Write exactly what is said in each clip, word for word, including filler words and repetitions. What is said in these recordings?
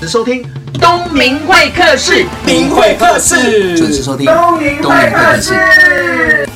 时收听东明会客室， 明会客室， 准时收听东明会客室。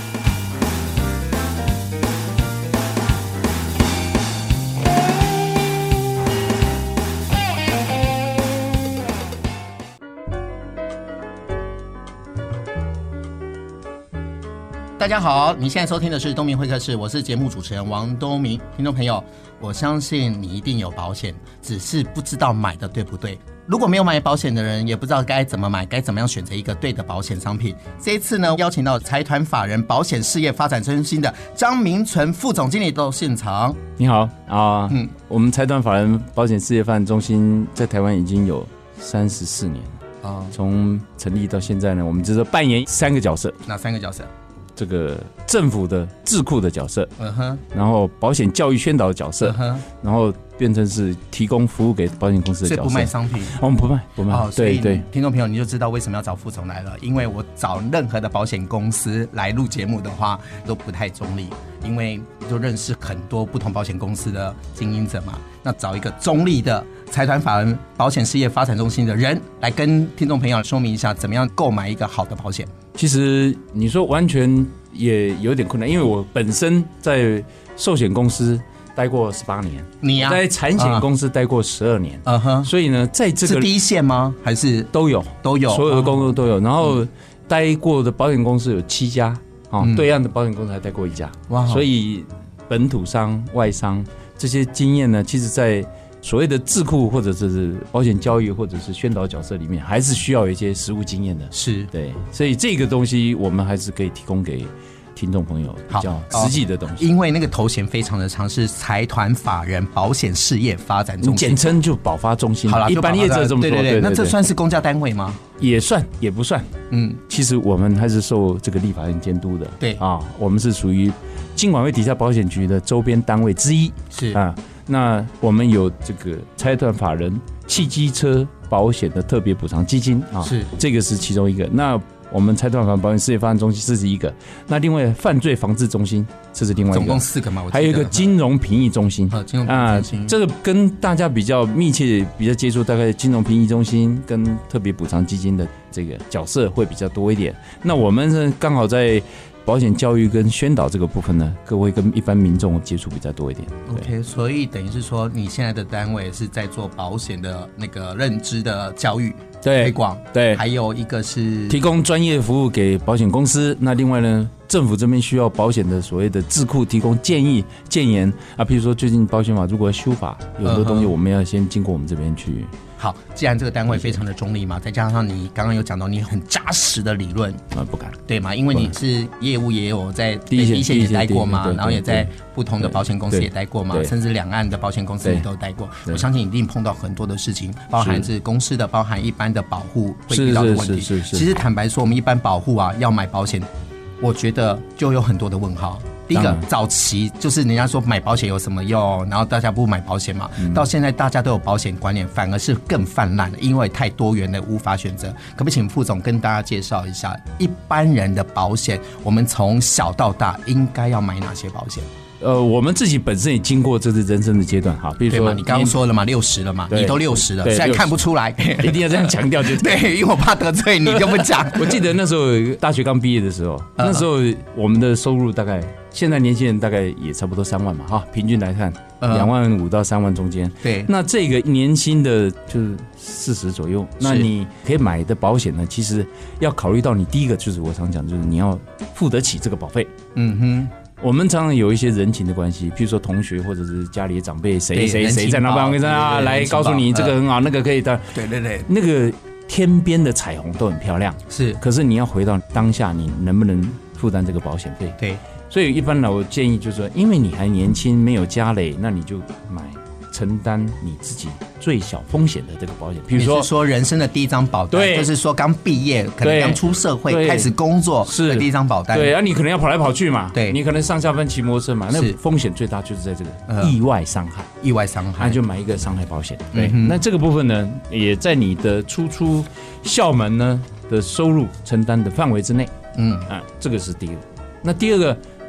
大家好，你现在收听的是东明会客室，我是节目主持人王东明。听众朋友，我相信你一定有保险，只是不知道买的对不对。如果没有买保险的人，也不知道该怎么买，该怎么样选择一个对的保险商品。这一次呢，邀请到财团法人保险事业发展中心的张明纯副总经理到现场。 你好啊、嗯，我们财团法人保险事业发展中心在台湾已经有三十四年了啊，从成立到现在呢，我们就是扮演三个角色。 哪三个角色？ 这个政府的智库的角色， 嗯哼， 然后保险教育宣导的角色， 嗯哼， 然后变成是提供服务给保险公司的角色。 所以不卖商品， 我们不卖不卖。 哦， 对对， 听众朋友你就知道为什么要找副总来了，因为我找任何的保险公司来录节目的话都不太中立，因为就认识很多不同保险公司的经营者嘛。那找一个中立的财团法人保险事业发展中心的人来跟听众朋友说明一下，怎么样购买一个好的保险。 其实你说完全也有点困难，因为我本身在寿险公司待过十八年， 你啊， 在产险公司待过十二年， 嗯哼， 所以呢，在这个是第一线吗？还是都有都有， 所有的工作都有。然后待过的保险公司有七家，哦嗯、对岸的保险公司还待过一家，哇，所以本土商、外商这些经验呢，其实在所谓的智库或者是保险教育或者是宣导角色里面，还是需要有一些实务经验的。 是， 对，所以这个东西我们还是可以提供给听众朋友比较实际的东西。 因为那个头衔非常的长，是财团法人保险事业发展中心， 简称就保发中心。 好了， 一般业者这么说。 对对 对, 对, 对, 对, 对，那这算是公家单位吗？ 也算，也不算。嗯，其实我们还是受这个立法院监督的。 对啊， 我们是属于金管会底下保险局的周边单位之一。 是啊。那我们有这个财团法人汽机车保险的特别补偿基金啊， 是这个是其中一个。那我们财团法人保险事业发展中心这是一个，那另外犯罪防治中心这是另外一个， 总共四个嘛，我记得还有一个金融评议中心啊，金融评议中心、啊、 这个跟大家比较密切、比较接触，大概金融评议中心跟特别补偿基金的这个角色会比较多一点。那我们是刚好在保险教育跟宣导这个部分呢，各位跟一般民众接触比较多一点。 OK， 所以等于是说，你现在的单位是在做保险的那个认知的教育、 对推广， 对， 还有一个是提供专业服务给保险公司。那另外呢，政府这边需要保险的所谓的智库提供建议、建言啊，譬如说最近保险法如果要修法，有很多东西我们要先经过我们这边去。 好，既然这个单位非常的中立嘛，再加上你刚刚有讲到你很扎实的理论啊，不敢对嘛？因为你是业务也有在第一线也待过嘛，然后也在不同的保险公司也待过嘛，甚至两岸的保险公司你都待过。我相信你一定碰到很多的事情，包含是公司的，包含一般的保护会遇到的问题。 是是是是。 其实坦白说，我们一般保护啊，要买保险，我觉得就有很多的问号。第一个，早期就是人家说买保险有什么用，然后大家不买保险嘛、嗯、到现在大家都有保险观念，反而是更泛滥了，因为太多元了，无法选择。可不可以请副总跟大家介绍一下一般人的保险，我们从小到大应该要买哪些保险？ 呃，我们自己本身也经过这次人生的阶段哈，比如说你刚刚说了嘛，六十了嘛，你都六十了，现在看不出来， 一定要这样强调就对，因为我怕得罪你，就不讲。 我记得那时候大学刚毕业的时候，呃、那时候我们的收入大概，现在年轻人大概也差不多三万嘛，哈，平均来看两万五到三万中间。 对， 那这个年薪的就是四十左右，那你可以买的保险呢，其实要考虑到你第一个就是我常讲，就是你要付得起这个保费。嗯哼。我们常常有一些人情的关系，譬如说同学或者是家里的长辈，谁谁谁在那办公室啊，来告诉你这个很好，那个可以的。 对对对， 那个天边的彩虹都很漂亮， 是。 可是你要回到当下，你能不能负担这个保险费？ 对。 所以一般呢，我建议就是说，因为你还年轻，没有家累，那你就买承担你自己最小风险的这个保险，比如说说人生的第一张保单，对，就是说刚毕业，可能刚出社会开始工作的第一张保单， 对，啊，你可能要跑来跑去嘛， 对， 你可能上下班骑摩托车嘛，那风险最大就是在这个意外伤害， 呃、意外伤害， 那就买一个伤害保险，对，嗯、那这个部分呢，也在你的初出校门呢的收入承担的范围之内，嗯啊，这个是第一个。那第二个，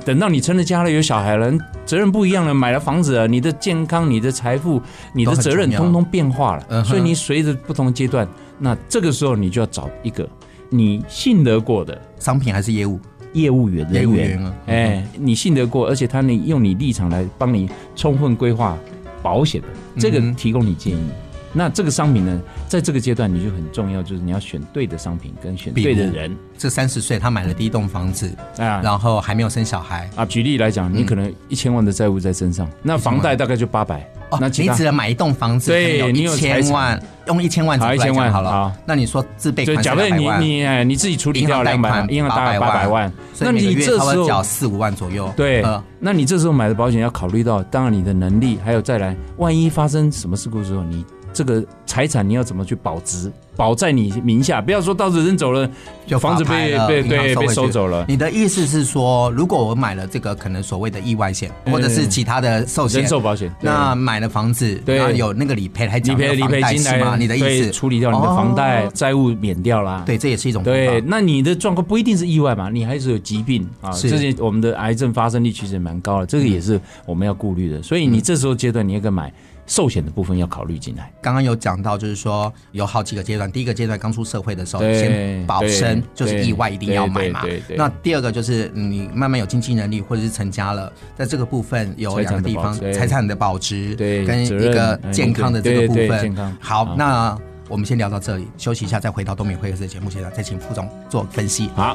等到你成了家了，有小孩了，责任不一样了，买了房子了，你的健康、你的财富、你的责任通通变化了，嗯、所以你随着不同的阶段，那这个时候你就要找一个你信得过的商品还是业务。 业务员人员，业务员啊，哎、欸，你信得过，而且他能用你立场来帮你充分规划保险的，这个提供你建议。嗯、那这个商品呢，在这个阶段你就很重要，就是你要选对的商品跟选对的人。 这三十岁他买了第一栋房子啊，然后还没有生小孩啊。举例来讲，你可能一千万的债务在身上，嗯、那房贷大概就八百。 哦，那你只能买一栋房子， 对， 你有一千万，用一千万来讲好了。好，那你说自备款， 假设你你哎你自己处理掉两百，银行大概八百万， 那你这时候缴四五万左右。 对，呃、那你这时候买的保险要考虑到，当然你的能力，还有再来，万一发生什么事故的时候，你这个财产你要怎么去保值，保在你名下，不要说到时人走了，就房子被被对被收走了。 你的意思是说，如果我买了这个可能所谓的意外险，或者是其他的寿险、 人寿保险， 那买了房子，然后有那个理赔来讲， 理赔理赔金来吗？你的意思处理掉你的房贷、哦、债务免掉啦。 对，这也是一种对。那你的状况不一定是意外嘛，你还是有疾病啊，这些我们的癌症发生率其实蛮高的，这个也是我们要顾虑的。所以你这时候阶段你要买寿险的部分要考虑进来。 刚刚有讲到，就是说有好几个阶段。第一个阶段刚出社会的时候，先保身，就是意外一定要买嘛。那第二个就是你慢慢有经济能力或者是成家了，在这个部分有两个地方，财产的保值跟一个健康的这个部分。好，那我们先聊到这里，休息一下，再回到东明会客室的节目现场，再请副总做分析。 好。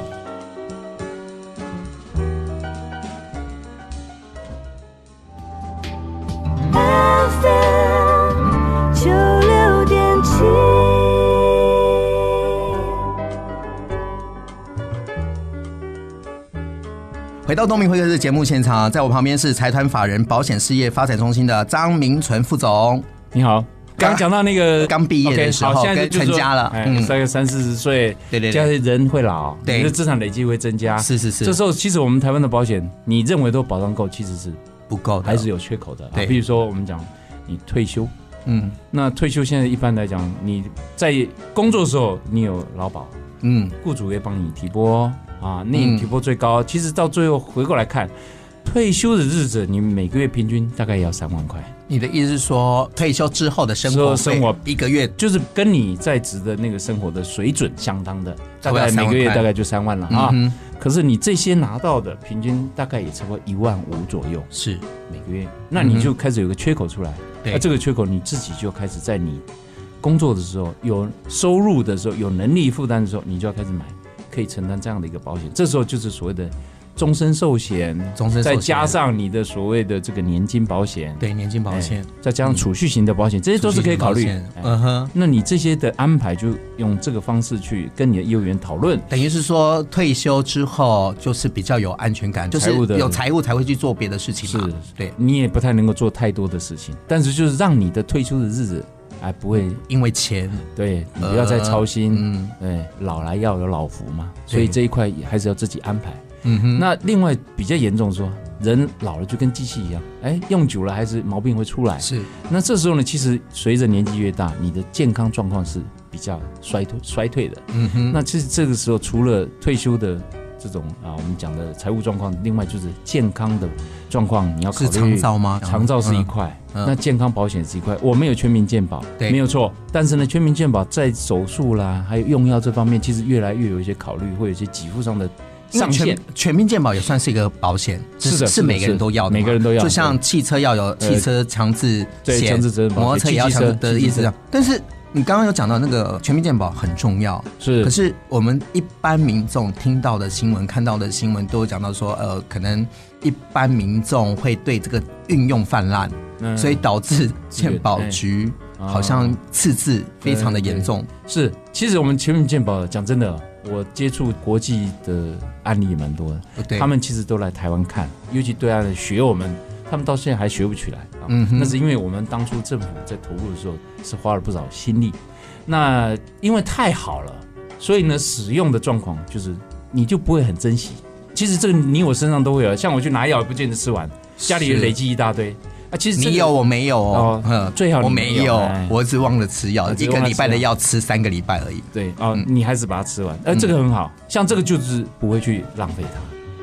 回到东明会客室节目现场，在我旁边是财团法人保险事业发展中心的张明纯副总。 你好，刚刚讲到那个刚毕业的时候，跟成家了， 嗯，大概三四十岁，对对对，人会老，对，你的资产累积会增加， 是是是。 这时候其实我们台湾的保险，你认为都保障够，其实是不够的， 还是有缺口的。对，比如说我们讲你退休，嗯，那退休现在一般来讲，你在工作的时候你有劳保，嗯，雇主会帮你提拨。啊，那你提拨最高、嗯，其实到最后回过来看，退休的日子，你每个月平均大概也要三万块。 你的意思是说，退休之后的生活生活一个月就是跟你在职的那个生活的水准相当的，大概每个月大概就三万了啊、嗯。可是你这些拿到的平均大概也超过一万五左右， 是每个月，那你就开始有个缺口出来。对、嗯，那这个缺口你自己就开始在你工作的时候有收入的时候，有能力负担的时候，你就要开始买。可以承担这样的一个保险，这时候就是所谓的终身寿险，终身寿险再加上你的所谓的这个年金保险， 对年金保险、哎， 再加上储蓄型的保险、嗯，这些都是可以考虑。嗯哼，那你这些的安排就用这个方式去跟你的业务员讨论， 等于是说退休之后就是比较有安全感，就是有财务才会去做别的事情嘛。是， 对，你也不太能够做太多的事情，但是就是让你的退休的日子。还不会因为钱， 对你不要再操心、呃嗯，对，老来要有老福嘛，所以这一块还是要自己安排。嗯哼，那另外比较严重说，人老了就跟机器一样，哎，用久了还是毛病会出来。是，那这时候呢，其实随着年纪越大，你的健康状况是比较衰退衰退的。嗯哼，那其实这个时候除了退休的这种啊，我们讲的财务状况，另外就是健康的状况，你要考虑。 是长照吗？ 长照是一块。嗯那健康保险是一块，我们有全民健保，对，没有错。但是呢，全民健保在手术啦，还有用药这方面，其实越来越有一些考虑，会有一些给付上的上限。 全, 全民健保也算是一个保险，是的，是每个人都要的， 每个人都要。 就像汽车要有汽车强制险，强制责任保险，摩托车也要强制的意思这样。但是你刚刚有讲到那个全民健保很重要，是。可是我们一般民众听到的新闻、看到的新闻都有讲到说，呃，可能一般民众会对这个运用泛滥。嗯、所以导致健保局好像赤字非常的严重。 是，其实我们全民健保讲真的，我接触国际的案例也蛮多的，他们其实都来台湾看，尤其对岸的学我们，他们到现在还学不起来。嗯，那是因为我们当初政府在投入的时候是花了不少心力，那因为太好了，所以呢使用的状况就是你就不会很珍惜。其实这个你我身上都会有，像我去拿药也不见得吃完，家里累积一大堆。啊，其实、這個、 你有我没有哦， 嗯，最好你没有，我没有，哎、我只忘了吃药，一个礼拜的药吃三个礼拜而已。 对哦、嗯，你还是把它吃完，呃，这个很好，像这个就是不会去浪费它。那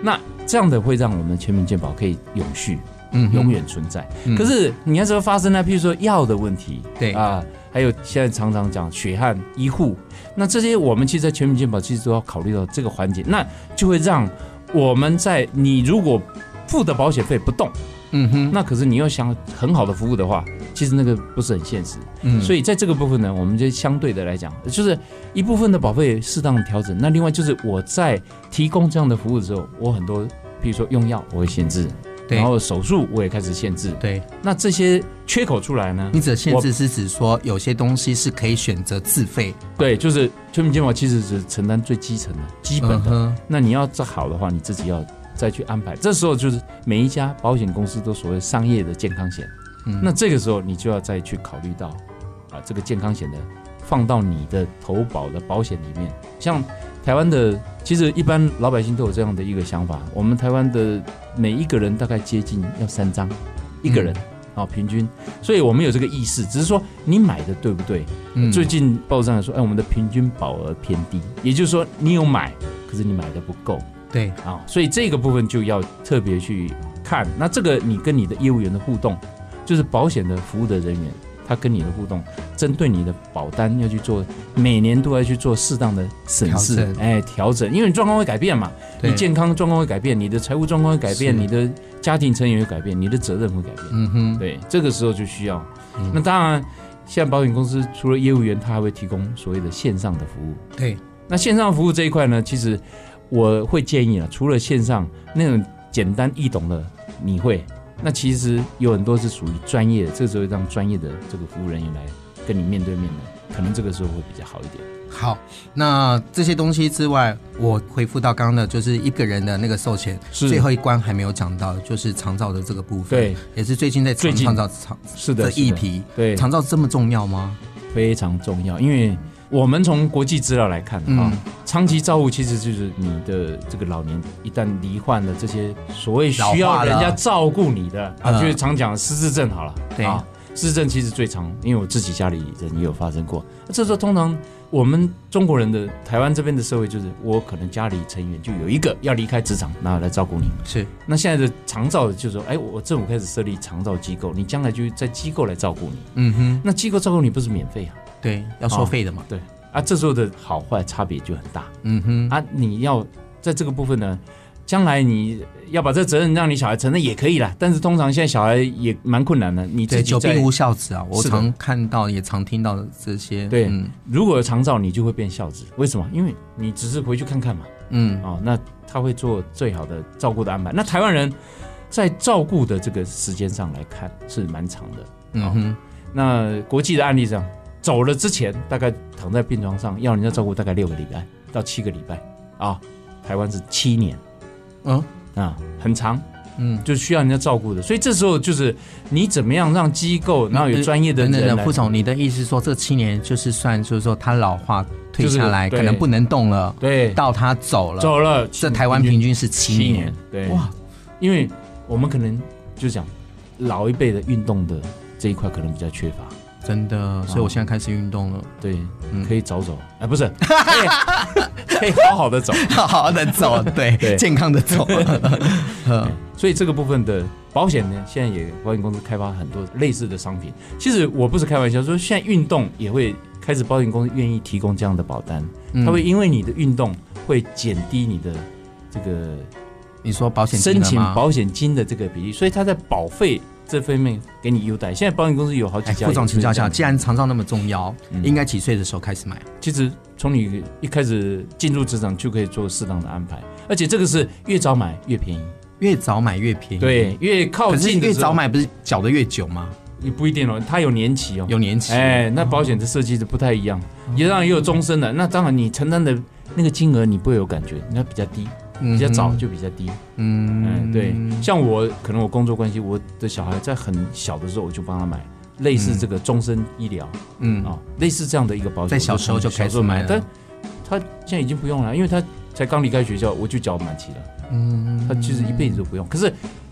这样的会让我们全民健保可以永续，嗯，永远存在。 嗯、 可是你看，这发生了，譬如说药的问题， 对啊，还有现在常常讲血汗医护，那这些我们其实在全民健保其实都要考虑到这个环节，那就会让我们在你如果付的保险费不动。嗯哼，那可是你要想很好的服务的话，其实那个不是很现实。嗯，所以在这个部分呢，我们就相对的来讲，就是一部分的保费适当的调整。那另外就是我在提供这样的服务的时候，我很多，比如说用药我会限制，然后手术我也开始限制。 对， 那这些缺口出来呢？ 你指的限制是指说有些东西是可以选择自费。 对，就是全民健保其实只承担最基层的、基本的。嗯、那你要这好的话，你自己要再去安排。这时候就是每一家保险公司都所谓商业的健康险，嗯、那这个时候你就要再去考虑到啊，这个健康险的放到你的投保的保险里面。像台湾的，其实一般老百姓都有这样的一个想法，我们台湾的每一个人大概接近要三张一个人。嗯哦，平均，所以我们有这个意识，只是说你买的对不对？嗯、最近报纸上说，哎，我们的平均保额偏低，也就是说你有买，可是你买的不够。 对啊、哦，所以这个部分就要特别去看。那这个你跟你的业务员的互动，就是保险的服务的人员，他跟你的互动，针对你的保单要去做，每年都要去做适当的审视，哎，调整，因为你状况会改变嘛，你健康状况会改变，你的财务状况会改变，你的家庭成员会改变，你的责任会改变。嗯哼，对，这个时候就需要。嗯、那当然，现在保险公司除了业务员，他还会提供所谓的线上的服务。 对， 那线上服务这一块呢，其实我会建议啊，除了线上那种简单易懂的，你会。那其实有很多是属于专业的，这个时候让专业的这个服务人员来跟你面对面的，可能这个时候会比较好一点。 好，那这些东西之外，我回复到刚刚的，就是一个人的那个寿险，最后一关还没有讲到，就是长照的这个部分， 对， 也是最近在创造长是的议题。 对， 长照这么重要吗？ 非常重要，因为我们从国际资料来看啊、嗯，长期照护其实就是你的这个老年一旦罹患了这些所谓需要人家照顾你的啊，就是常讲失智症好了， 对啊， 失智症其实最常，因为我自己家里人也有发生过。这时候通常我们中国人的台湾这边的社会就是，我可能家里成员就有一个要离开职场，然后来照顾你。 是，那现在的长照就是说，哎，我政府开始设立长照机构，你将来就在机构来照顾你。嗯哼，那机构照顾你不是免费啊？ 对，要收费的嘛。 哦、对啊，这时候的好坏差别就很大。嗯哼，啊，你要在这个部分呢，将来你要把这个责任让你小孩承认也可以啦，但是通常现在小孩也蛮困难的。你自己久病无孝子啊，我常看到也常听到的这些。 对，嗯、如果有长照，你就会变孝子。为什么？因为你只是回去看看嘛。嗯，哦，那他会做最好的照顾的安排。那台湾人在照顾的这个时间上来看是蛮长的。嗯哼，哦、那国际的案例上，走了之前大概躺在病床上要人家照顾大概六个礼拜到七个礼拜啊，台湾是七年。嗯啊，很长，嗯，就需要人家照顾的，所以这时候就是你怎么样让机构，然后有专业的人来。 等等，副总，你的意思是说，这七年就是算，就是说他老化退下来，就是、可能不能动了， 对， 到他走了， 走了， 这台湾平均是七年，七年对，哇，因为我们可能就讲老一辈的运动的这一块可能比较缺乏。 真的，所以我现在开始运动了。 对，嗯、可以早走，哎，不是，可以, 可以好好的走， 好好的走，对，对健康的走。 所以这个部分的保险呢，现在也保险公司开发很多类似的商品。其实我不是开玩笑，说现在运动也会开始，保险公司愿意提供这样的保单，嗯、它会因为你的运动会减低你的这个， 你说保险申请保险金的这个比例，所以它在保费这方面给你优待。现在保险公司有好几家。 副总请教一下，既然长照那么重要，嗯、应该几岁的时候开始买？ 其实从你一开始进入职场就可以做适当的安排，而且这个是越早买越便宜， 越早买越便宜。 对，越靠近的可是越早买不是缴得越久吗？ 也不一定哦，它有年期哦， 有年期。 哎，那保险的设计的不太一样，哦、也当然也有终身的。那当然你承担的那个金额你不会有感觉，那比较低。比较早就比较低，嗯，嗯，对，像我可能我工作关系，我的小孩在很小的时候我就帮他买类似这个终身医疗，嗯啊、哦，类似这样的一个保险， 在小时候就开始买了， 但他现在已经不用了，因为他才刚离开学校，我就缴满期了，嗯，他其实一辈子都不用。可是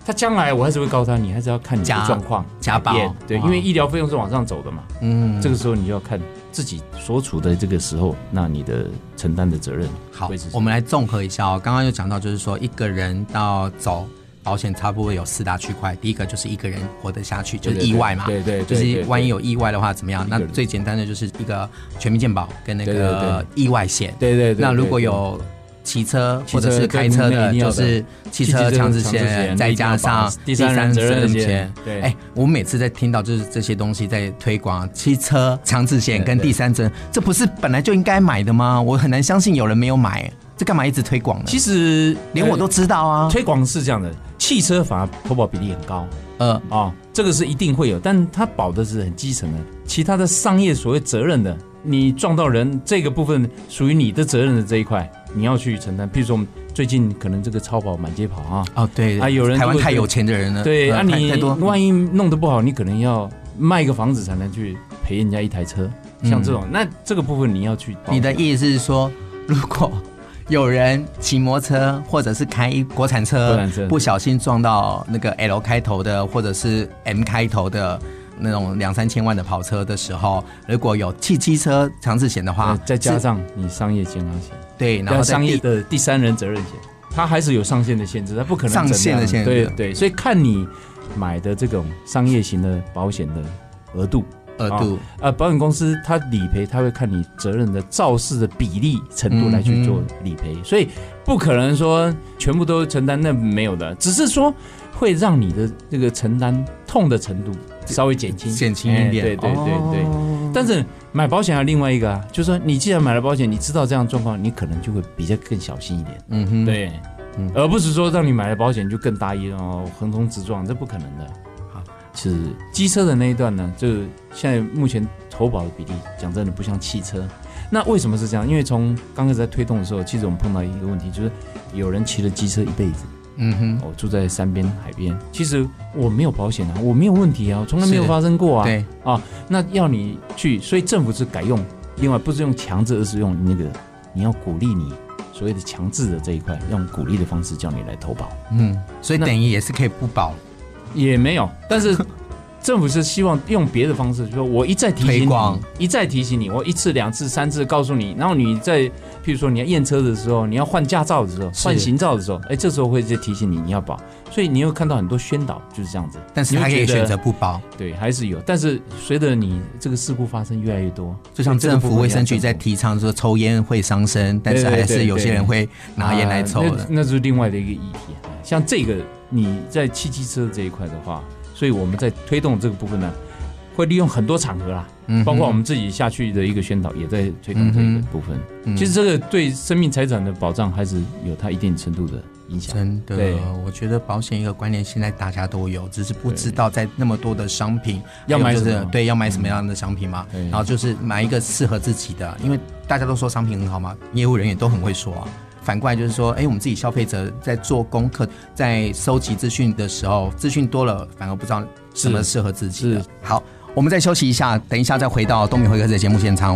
他将来我还是会告诉他，你还是要看你的状况加保， 对，因为医疗费用是往上走的嘛。嗯，这个时候你就要看自己所处的这个时候，那你的承担的责任。 好，我们来综合一下哦。刚刚有讲到，就是说一个人到走保险，差不多有四大区块。第一个就是一个人活得下去，就是意外嘛， 对 对, 对, 对, 对，就是万一有意外的话怎么样？那最简单的就是一个全民健保跟那个意外险。 对 对, 对, 对, 对， 那如果有骑车或者是开车的，就是汽车强制险，再加上第三人责任险。对，哎，我每次在听到就是这些东西在推广汽车强制险跟第三责任，这不是本来就应该买的吗？我很难相信有人没有买，这干嘛一直推广呢？ 其实连我都知道啊。 推广是这样的，汽车反而投保比例很高。呃哦，这个是一定会有，但它保的是很基层的，其他的商业所谓责任的，你撞到人这个部分属于你的责任的这一块，你要去承担。譬如说我们最近可能这个超跑满街跑啊， 哦对啊，有人台湾太有钱的人了， 对啊，你万一弄得不好，你可能要卖个房子才能去赔人家一台车，像这种，那这个部分你要去。 你的意思是说，如果有人骑摩托车或者是开国产车，不小心撞到那个 L 开头的或者是 M 开头的那种两三千万的跑车的时候，如果有汽机车强制险的话， 再加上你商业健康险， 对，然后商业的第三人责任险，它还是有上限的限制，它不可能上限的限制， 对对，所以看你买的这种商业型的保险的额度。 额度呃，保险公司它理赔，它会看你责任的肇事的比例程度来去做理赔，嗯、所以不可能说全部都承担，那没有的，只是说会让你的这个承担痛的程度稍微减轻， 减轻一点。 对对对对。哦、但是买保险还有另外一个啊，就是说你既然买了保险，你知道这样的状况，你可能就会比较更小心一点。嗯哼，对，嗯、而不是说让你买了保险就更大意哦，横冲直撞，这不可能的。是机车的那一段呢，就现在目前投保的比例，讲真的不像汽车。那为什么是这样？因为从刚开始在推动的时候，其实我们碰到一个问题，就是有人骑了机车一辈子，嗯哼，我、哦、住在山边海边，其实我没有保险啊，我没有问题啊，从来没有发生过啊， 对啊，那要你去，所以政府是改用，另外不是用强制，而是用那个你要鼓励你。所谓的强制的这一块，用鼓励的方式叫你来投保， 嗯，所以等于也是可以不保。 也没有，但是政府是希望用别的方式，就是说我一再提醒你，一再提醒你，我一次、两次、三次告诉你，然后你在，譬如说你要验车的时候，你要换驾照的时候，换行照的时候，哎，这时候会再提醒你你要保，所以你有看到很多宣导就是这样子。 但是还可以选择不保， 对，还是有。但是随着你这个事故发生越来越多， 就像政府卫生局在提倡说抽烟会伤身，但是还是有些人会拿烟来抽的， 啊、那, 那是另外的一个议题。像这个。你在汽机车这一块的话，所以我们在推动这个部分呢，会利用很多场合啦，嗯、包括我们自己下去的一个宣导，也在推动这个部分。嗯、其实这个对生命财产的保障还是有它一定程度的影响。 真的，我觉得保险一个观念现在大家都有，只是不知道在那么多的商品要买什么， 对，要买什么样的商品嘛。然后就是买一个适合自己的，因为大家都说商品很好嘛，业务人也都很会说啊。反过来就是说，哎，我们自己消费者在做功课、在收集资讯的时候，资讯多了，反而不知道什么适合自己的。好，我们再休息一下，等一下再回到东明会客室的节目现场。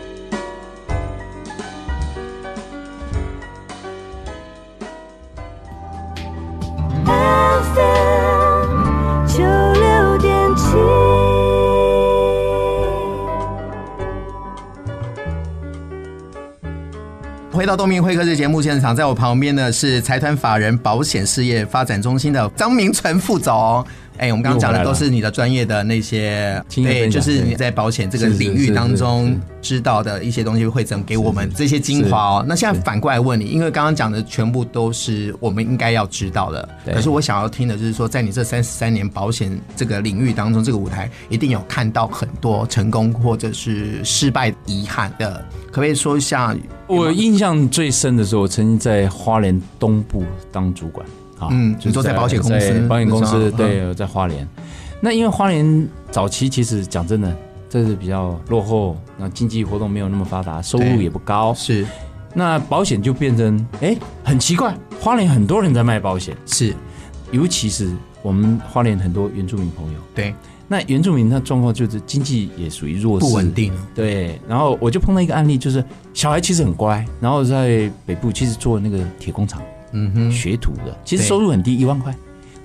回到东明会客室节目现场，在我旁边的是财团法人保险事业发展中心的张明纯副总。哎，我们刚刚讲的都是你的专业的那些，对，就是你在保险这个领域当中知道的一些东西，汇整给我们这些精华哦。那现在反过来问你，因为刚刚讲的全部都是我们应该要知道的，可是我想要听的就是说，在你这三十三年保险这个领域当中，这个舞台一定有看到很多成功或者是失败遗憾的，可不可以说一下？ 我印象最深的时候，我曾经在花莲东部当主管。 啊，嗯，你说在保险公司， 保险公司对，我在花莲。那因为花莲早期其实讲真的，这是比较落后，那经济活动没有那么发达，收入也不高， 是。 那保险就变成，哎，很奇怪，花莲很多人在卖保险， 是， 尤其是我们花莲很多原住民朋友， 对。 那原住民他状况就是经济也属于弱势， 不稳定， 对。然后我就碰到一个案例，就是小孩其实很乖，然后在北部其实做那个铁工厂。嗯哼，学徒的，其实收入很低，一万块。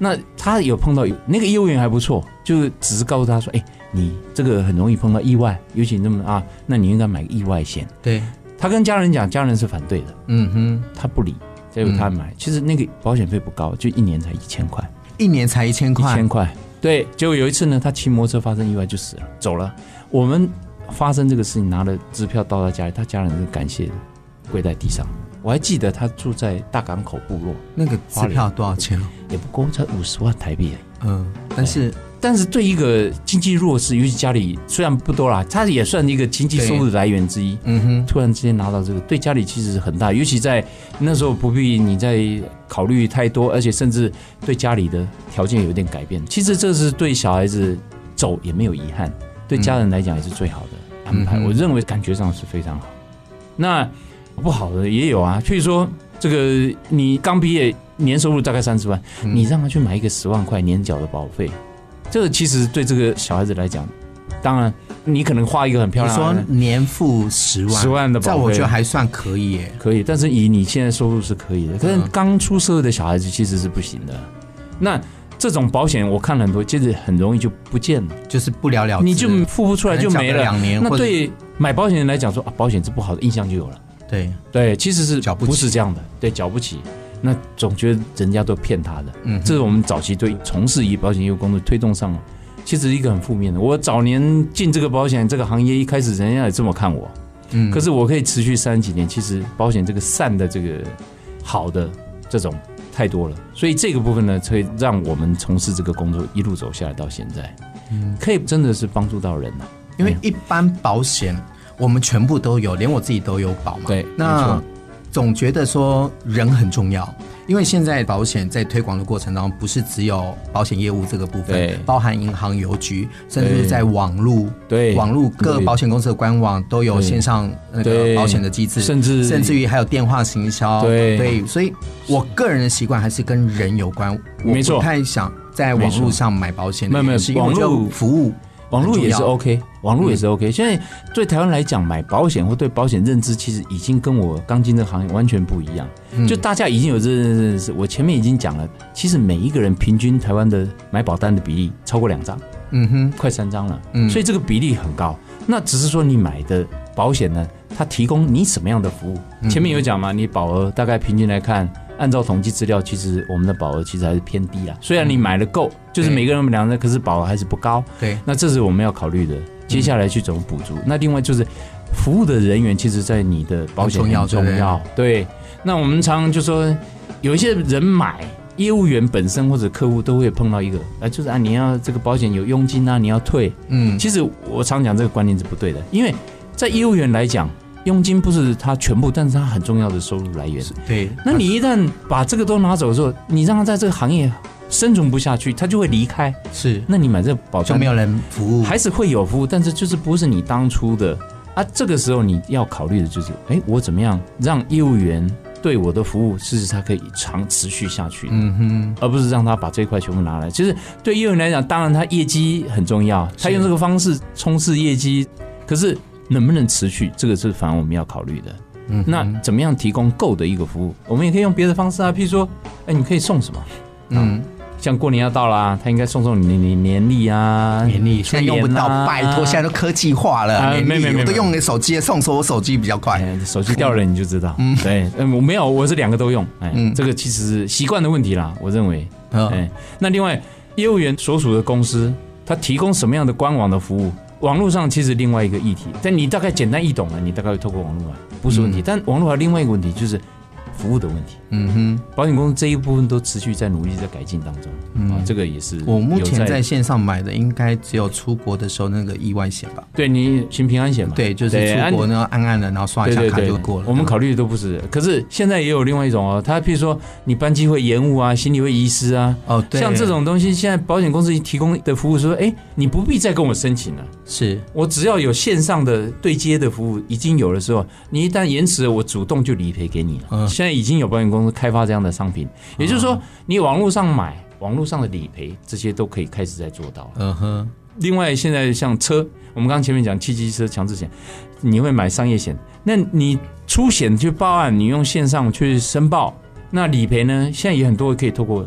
那他有碰到那个业务员还不错，就只是告诉他说：“哎、欸，你这个很容易碰到意外，尤其你那么啊，那你应该买个意外险。” 对， 他跟家人讲，家人是反对的，嗯哼，他不理，结果他买、嗯，其实那个保险费不高，就一年才一千块， 一年才一千块， 一千块。对，结果有一次呢，他骑摩托车发生意外就死了，走了。我们发生这个事情，拿了支票到他家里，他家人是感谢的，跪在地上。我还记得他住在大港口部落， 那个支票多少钱？ 也不够，才五十万台币。 嗯，但是但是对一个经济弱势，尤其家里虽然不多啦，他也算一个经济收入的来源之一。嗯哼，突然之间拿到这个，对家里其实很大，尤其在那时候不必你在考虑太多，而且甚至对家里的条件有点改变。其实这是对小孩子走也没有遗憾，对家人来讲也是最好的安排。嗯、我认为感觉上是非常好。那不好的也有啊，譬如说这个你刚毕业，年收入大概三十万、嗯，你让他去买一个十万块年缴的保费，这个其实对这个小孩子来讲，当然你可能花一个很漂亮的， 你说年付十万， 十万的保费， 这我觉得还算可以耶， 可以，但是以你现在收入是可以的，可是刚出社会的小孩子其实是不行的。那这种保险我看了很多，其实很容易就不见了， 就是不了了之， 你就付不出来就没了。 两年， 那对买保险人来讲说啊，保险是不好的印象就有了。 对对，其实是不是这样的？对，缴不起，那总觉得人家都骗他的。嗯，这是我们早期对从事以保险业务工作推动上，其实一个很负面的。我早年进这个保险这个行业，一开始人家也这么看我，嗯，可是我可以持续三十几年，其实保险这个善的这个好的这种太多了，所以这个部分呢，可以让我们从事这个工作一路走下来到现在，嗯，可以真的是帮助到人了。 因为一般保险我们全部都有，连我自己都有保嘛。 对， 那总觉得说人很重要，因为现在保险在推广的过程当中，不是只有保险业务这个部分，包含银行、邮局，甚至在网络，对，网络各保险公司的官网都有线上那个保险的机制，甚至甚至于还有电话行销。对，对，所以我个人的习惯还是跟人有关，我不太想在网络上买保险的原因，是因为就服务。 网络也是 OK， 网络也是 OK、嗯。现在对台湾来讲，买保险或对保险认知，其实已经跟我刚进这个行业完全不一样。嗯、就大家已经有这认识，我前面已经讲了，其实每一个人平均台湾的买保单的比例超过两张，嗯哼，快三张了、嗯，所以这个比例很高。那只是说你买的保险呢，它提供你什么样的服务？嗯、前面有讲嘛，你保额大概平均来看。按照统计资料，其实我们的保额其实还是偏低啦。虽然你买了够，就是每个人两张，可是保额还是不高。对，那这是我们要考虑的。接下来去怎么补足？嗯、那另外就是服务的人员，其实在你的保险很重要。对，那我们常常就说，有一些人买业务员本身或者客户都会碰到一个，啊，就是啊，你要这个保险有佣金啊，你要退。嗯，其实我常讲这个观念是不对的，因为在业务员来讲。佣金不是他全部，但是他很重要的收入来源。对，那你一旦把这个都拿走的时候，你让他在这个行业生存不下去，他就会离开。是，那你买这个保单就没有人服务， 还是会有服务，但是就是不是你当初的啊。这个时候你要考虑的就是，哎，我怎么样让业务员对我的服务，事实上可以长持续下去，嗯哼，而不是让他把这一块全部拿来。其实对业务员来讲，当然他业绩很重要，他用这个方式冲刺业绩，可是。能不能持续，这个是反而我们要考虑的。嗯，那怎么样提供够的一个服务？我们也可以用别的方式啊，譬如说，哎，你可以送什么？嗯，像过年要到啦，他应该送送你你年历啊， 年历现在用不到，拜托，现在都科技化了，啊、年历我都用你手机送，说我手机比较快， 哎、手机掉了你就知道。嗯，对，嗯，我没有，我是两个都用。哎，嗯、这个其实是习惯的问题啦，我认为。嗯、哎，那另外，业务员所属的公司，他提供什么样的官网的服务？网络上其实另外一个议题，但你大概简单易懂了，你大概会透过网络来，不是问题。嗯、但网络还有另外一个问题，就是服务的问题。嗯哼，保险公司这一部分都持续在努力在改进当中。嗯、啊，这个也是。 我目前在线上买的，应该只有出国的时候那个意外险吧？ 对，你行平安险嘛？ 对，就是出国呢，按按了，然后刷一下卡就过了。 我们考虑的都不是，可是现在也有另外一种哦，它譬如说你班机会延误啊，行李会遗失啊，哦，对，像这种东西，现在保险公司提供的服务说，哎，你不必再跟我申请了，是我只要有线上的对接的服务已经有的时候，你一旦延迟了，我主动就理赔给你了。嗯、现在已经有保险公司开发这样的商品，也就是说，你网络上买。网络上的理赔，这些都可以开始在做到了。嗯哼。另外，现在像车，我们刚刚前面讲汽机车强制险，你会买商业险，那你出险去报案，你用线上去申报，那理赔呢？现在也很多可以透过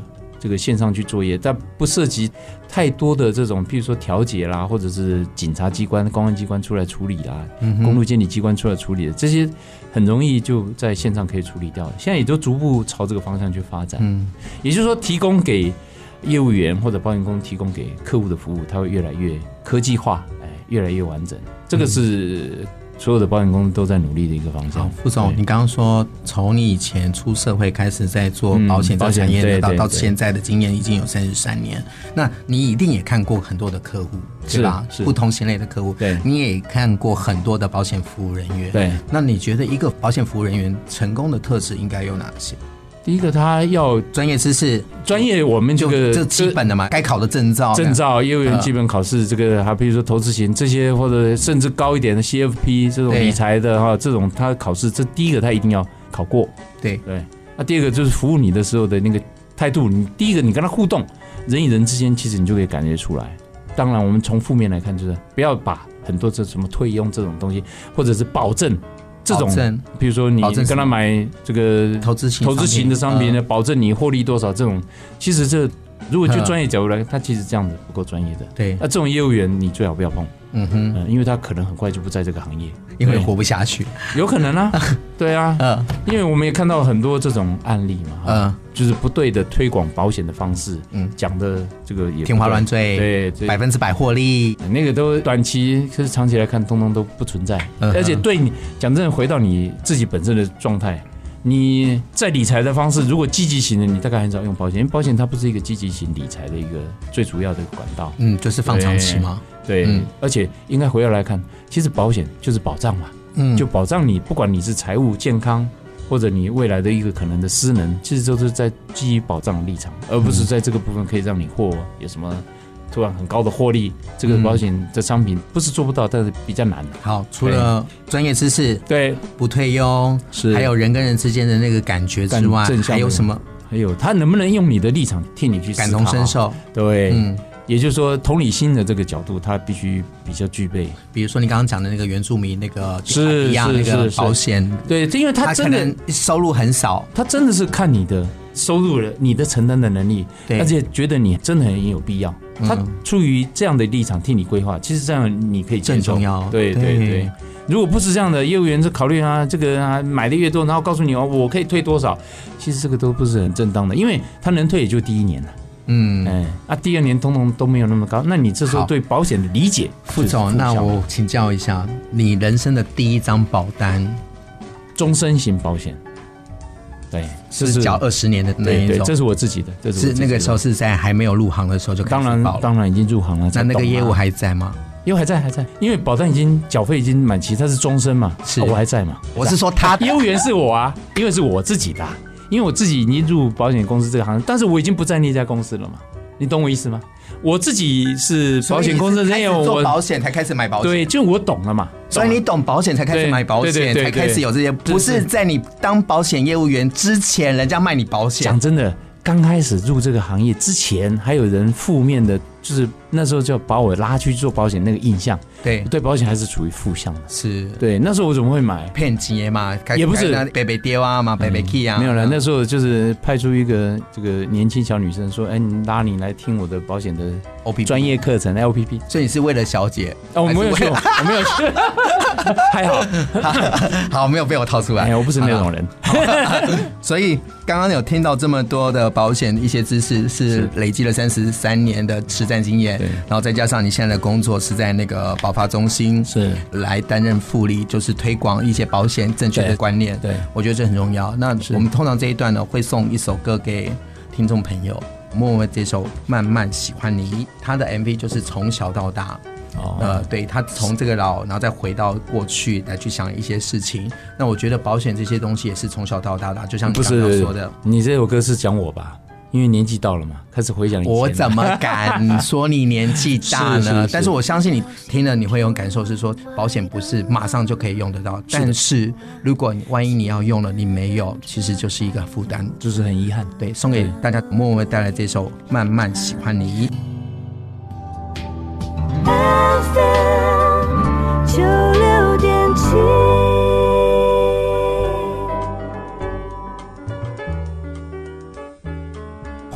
这个线上去作业，但不涉及太多的这种，譬如说调解啦，或者是警察机关、公安机关出来处理啦，嗯、公路监理机关出来处理的，这些很容易就在线上可以处理掉。现在也就逐步朝这个方向去发展。嗯，也就是说，提供给业务员或者保险公司提供给客户的服务，它会越来越科技化，哎，越来越完整。这个是所有的保险公司都在努力的一个方向。 副总，你刚刚说从你以前出社会开始在做保险这个产业的，嗯、到到现在的经验已经有三十三年，那你一定也看过很多的客户，对吧？不同型类的客户，对，你也看过很多的保险服务人员，对。那你觉得一个保险服务人员成功的特质应该有哪些？ 第一个，他要专业知识， 专业我们这个这基本的嘛，该考的证照， 证照，业务员基本考试，这个还比如说投资型这些，或者甚至高一点的 C F P 这种理财的哈，这种他考试，这第一个他一定要考过， 对对。那第二个就是服务你的时候的那个态度，你第一个你跟他互动，人与人之间其实你就可以感觉出来。当然，我们从负面来看，就是不要把很多这什么退佣这种东西，或者是保证。这种，比如说你跟他买这个投资型投资型的商品呢，保证你获利多少，这种其实这如果就专业角度来看，他其实这样子不够专业的。对，那这种业务员你最好不要碰。嗯哼、呃，因为他可能很快就不在这个行业， 因为活不下去， 有可能啊，对啊，嗯，因为我们也看到很多这种案例嘛，嗯，就是不对的推广保险的方式，嗯，讲的这个也天花乱坠，对，百分之百获利， 那个都短期，可是长期来看，通通都不存在，嗯、而且对你讲真的，回到你自己本身的状态。你在理财的方式，如果积极型的，你大概很少用保险，因为保险它不是一个积极型理财的一个最主要的管道。 嗯，就是放长期嘛。 对，嗯、而且应该回头来看，其实保险就是保障嘛，嗯，就保障你，不管你是财务健康，或者你未来的一个可能的失能，其实都是在基于保障的立场，而不是在这个部分可以让你获有什么。突然很高的获利，这个保险的商品不是做不到，但是比较难。 好，除了专业知识，对，不退佣，是，还有人跟人之间的那个感觉之外，还有什么？ 还有他能不能用你的立场替你去思考， 感同身受？ 对，嗯，也就是说同理心的这个角度，他必须比较具备。 比如说你刚刚讲的那个原住民那个是一样那个保险， 对，因为他真的收入很少， 他真的是看你的收入了，你的承担的能力，而且觉得你真的很有必要。他出于这样的立场替你规划，其实这样你可以接受， 正重要。 对对 对, 对，如果不是这样的，业务员是考虑啊，这个啊买的越多，然后告诉你哦，我可以退多少，其实这个都不是很正当的，因为他能退也就第一年了。嗯，哎，啊，第二年通通都没有那么高，那你这时候对保险的理解， 副总，那我请教一下，你人生的第一张保单， 终身型保险。对， 是缴二十年的那一种， 对对，这是我自己的，这是是那个时候是在还没有入行的时候就开始报了， 当然当然已经入行了。 那那个业务还在吗？ 业务还在还在，因为保单已经缴费已经满期，它是终身嘛，是、哦、我还在嘛。 我是说他业务员是我啊，因为是我自己的、啊，因为我自己已经入保险公司这个行业，但是我已经不在那家公司了嘛，你懂我意思吗？我自己是保险公司的人员， 做保险才开始买保险， 对，就我懂了嘛。 所以你懂保险才开始买保险，才开始有这些，不是在你当保险业务员之前，人家卖你保险。 讲真的，刚开始入这个行业之前，还有人负面的，就是那时候就把我拉去做保险那个印象，对，对保险还是处于负向的。 是， 对，那时候我怎么会买？ 骗钱嘛， 也不是北北丢啊嘛，北北 key 啊， 没有了。那时候就是派出一个这个年轻小女生说：“哎，你拉你来听我的保险的 O P P 专业课程 L P P。” 所以你是为了小姐？ 哦，我没有去，我没有去，还好， 好，没有被我套出来。 哎，我不是那种人。 所以刚刚有听到这么多的保险一些知识，是累积了三十三年的实战经验，然后再加上你现在的工作是在那个保发中心，是来担任副理，就是推广一些保险正确的观念。对，我觉得这很重要。那我们通常这一段呢，会送一首歌给听众朋友，默默这首《慢慢喜欢你》，他的 M V 就是从小到大。哦、呃，对，他从这个老，然后再回到过去来去想一些事情。那我觉得保险这些东西也是从小到大的，就像你刚刚说的。 你这首歌是讲我吧？因为年纪到了嘛，开始回想以前。 我怎么敢说你年纪大呢？是是是，但是我相信你听了你会有感受，是说保险不是马上就可以用得到，但是如果万一你要用了，你没有，其实就是一个负担， 就是很遗憾。 对，送给大家默默带来这首《慢慢喜欢你》。F M 九六点七，回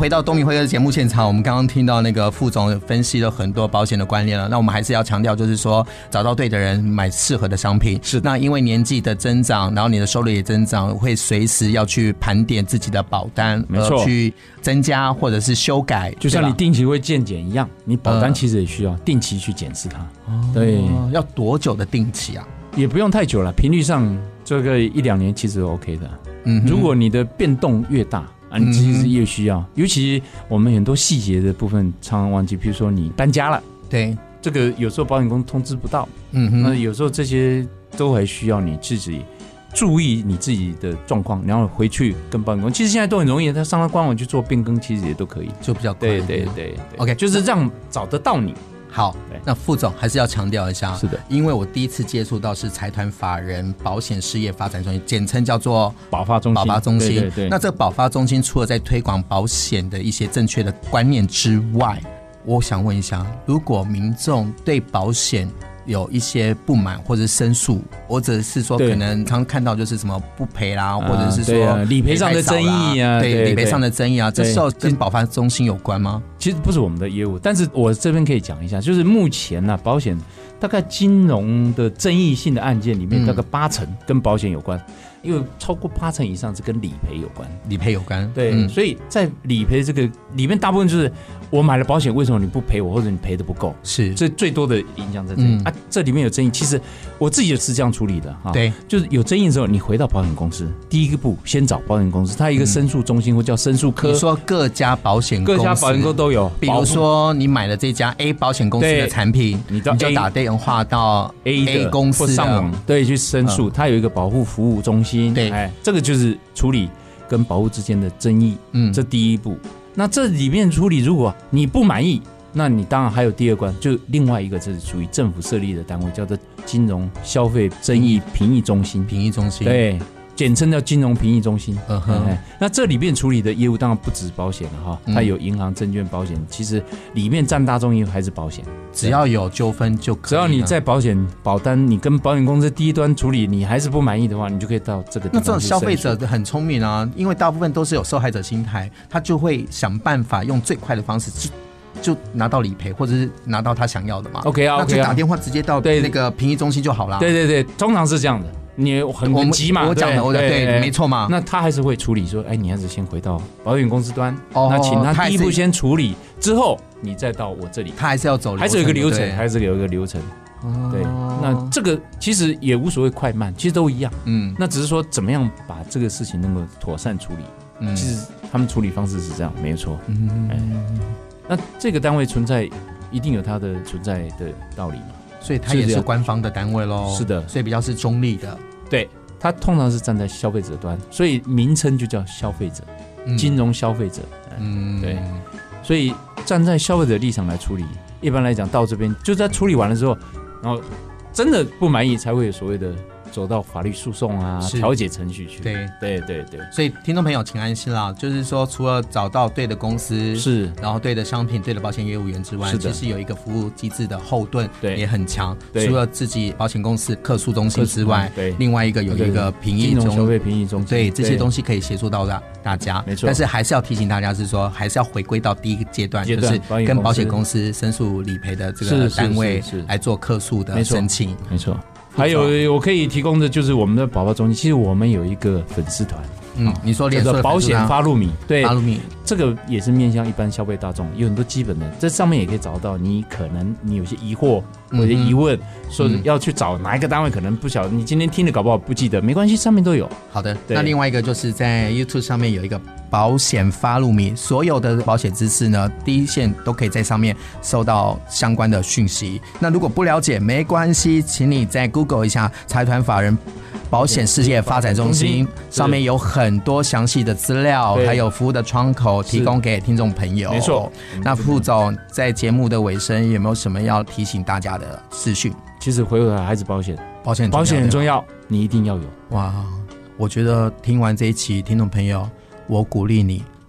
回到东明会客节目现场，我们刚刚听到那个副总分析了很多保险的观念了。那我们还是要强调，就是说找到对的人，买适合的商品。 是， 那因为年纪的增长，然后你的收入也增长，会随时要去盘点自己的保单， 没错， 去增加或者是修改， 就像你定期会健检一样，你保单其实也需要定期去检视它。 哦、 对， 要多久的定期啊？ 也不用太久了，频率上这个一两年其实 OK 的。嗯，如果你的变动越大啊，你其实越需要，嗯、尤其我们很多细节的部分常常忘记，比如说你搬家了， 对， 这个有时候保险公司通知不到，嗯哼，那有时候这些都还需要你自己注意你自己的状况，然后回去跟保险公司。其实现在都很容易，他上了官网去做变更，其实也都可以， 就比较快。 对对 对, 对 ，OK， 就是让找得到你。 好，那副总还是要强调一下， 是的， 因为我第一次接触到是财团法人保险事业发展中心，简称叫做保发中心。 保发中心， 对对对。 那这保发中心除了在推广保险的一些正确的观念之外，我想问一下，如果民众对保险有一些不满或者申诉，或者是说可能常看到就是什么不赔啦，或者是说、 啊、理赔上的争议啊， 对理赔上的争议啊，这时候跟保发中心有关吗？ 其实不是我们的业务，但是我这边可以讲一下，就是目前呢、啊，保险大概金融的争议性的案件里面，大概八成跟保险有关。嗯，因为超过八成以上是跟理赔有关， 理赔有关， 对、嗯，所以在理赔这个里面，大部分就是我买了保险，为什么你不赔我，或者你赔的不够，是这最多的影响在这里、嗯、啊。这里面有争议，其实我自己也是这样处理的哈。对，就是有争议的时候，你回到保险公司，第一个步先找保险公司，它有一个申诉中心、嗯、或叫申诉科。 你说各家保险公司， 各家保险公司都有， 比如说你买了这家 A 保险公司的产品，你就打电话到 A, A 公司的，或上网对去申诉、嗯，它有一个保护服务中心，对，哎。这个就是处理跟保护之间的争议，嗯，这第一步。那这里面处理，如果你不满意，那你当然还有第二关，就另外一个就是属于政府设立的单位，叫做金融消费争议评议中心。 评议中心， 对，简称叫金融评议中心。嗯哼，那这里面处理的业务当然不止保险了哈，它有银行、证券、保险，其实里面占大众业务还是保险。 只要有纠纷就可以， 只要你在保险保单，你跟保险公司第一端处理，你还是不满意的话，你就可以到这个地方去申诉。那这种消费者很聪明啊，因为大部分都是有受害者心态，他就会想办法用最快的方式就就拿到理赔，或者是拿到他想要的嘛。 OK 啊， okay 啊， 那就打电话直接到那个评议中心就好了。 对对对，通常是这样的。你很很急嘛？ 我讲的，我的 对, 对，没错嘛。 那他还是会处理说，哎，你还是先回到保险公司端，哦、那请他第一步先处理，之后你再到我这里。 他还是要走流程， 还是有一个流程，还是有一个流程。哦、对，那这个其实也无所谓快慢，其实都一样。嗯，那只是说怎么样把这个事情能够妥善处理。嗯，其实他们处理方式是这样，没有错。嗯、哎，那这个单位存在，一定有它的存在的道理嘛。 所以它也是官方的单位咯。 是的， 所以比较是中立的。 对，它通常是站在消费者端，所以名称就叫消费者，嗯、金融消费者。嗯，对，所以站在消费者立场来处理，一般来讲到这边就在处理完了之后，然后真的不满意才会有所谓的走到法律诉讼啊、调解程序去。对对对对， 所以听众朋友请安心啦，就是说除了找到对的公司是，然后对的商品、对的保险业务员之外，其实有一个服务机制的后盾也很强。除了自己保险公司客诉中心之外，对，另外一个有一个评议中心、 消费评议中心， 对，这些东西可以协助到大家。没错，但是还是要提醒大家是说，还是要回归到第一个阶段，就是跟保险公司申诉理赔的这个单位来做客诉的申请。 没错。还有我可以提供的就是我们的保发中心，其实我们有一个粉丝团， 嗯，你说连说保险发路米，对， 发路米这个也是面向一般消费大众，有很多基本的，这上面也可以找到你可能你有些疑惑或者疑问，嗯、说要去找哪一个单位，可能不晓得，你今天听的搞不好不记得，没关系，上面都有。 好的，那另外一个就是在 YouTube 上面有一个保险发路米，所有的保险知识呢，第一线都可以在上面收到相关的讯息。那如果不了解没关系，请你再 Google 一下财团法人保险事业发展中心，上面有很多详细的资料，还有服务的窗口提供给听众朋友。没错。那副总在节目的尾声有没有什么要提醒大家的资讯？ 其实回来还是保险， 保险保险很重要，你一定要有。 哇，我觉得听完这一期，听众朋友，我鼓励你，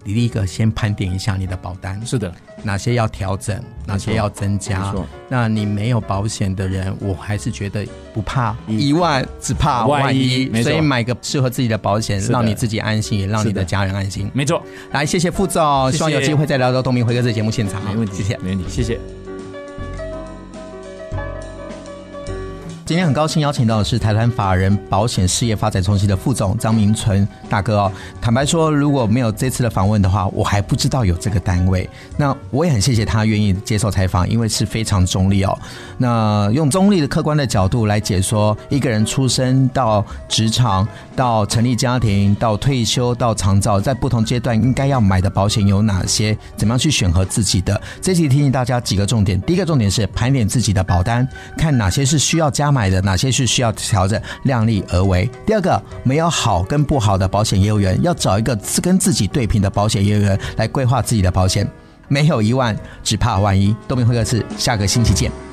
你第一个先盘点一下你的保单， 是的， 哪些要调整，哪些要增加。那你没有保险的人，我还是觉得不怕一万，只怕万一，所以买个适合自己的保险，让你自己安心，也让你的家人安心。 没错， 来，谢谢副总，希望有机会再聊到东明辉哥这节目现场。 没问题， 谢谢， 没问题，谢谢。 今天很高兴邀请到的是台湾法人保险事业发展中心的副总张明纯大哥哦。坦白说，如果没有这次的访问的话，我还不知道有这个单位。那我也很谢谢他愿意接受采访，因为是非常中立哦。那用中立的客观的角度来解说一个人出生到职场，到成立家庭，到退休，到长照，在不同阶段应该要买的保险有哪些，怎么样去选择自己的。这期提醒大家几个重点。第一个重点是盘点自己的保单，看哪些是需要加买买的哪些是需要调整，量力而为。第二个，没有好跟不好的保险业务员，要找一个跟自己对平的保险业务员来规划自己的保险。没有一万，只怕万一。东明会客室，下个星期见。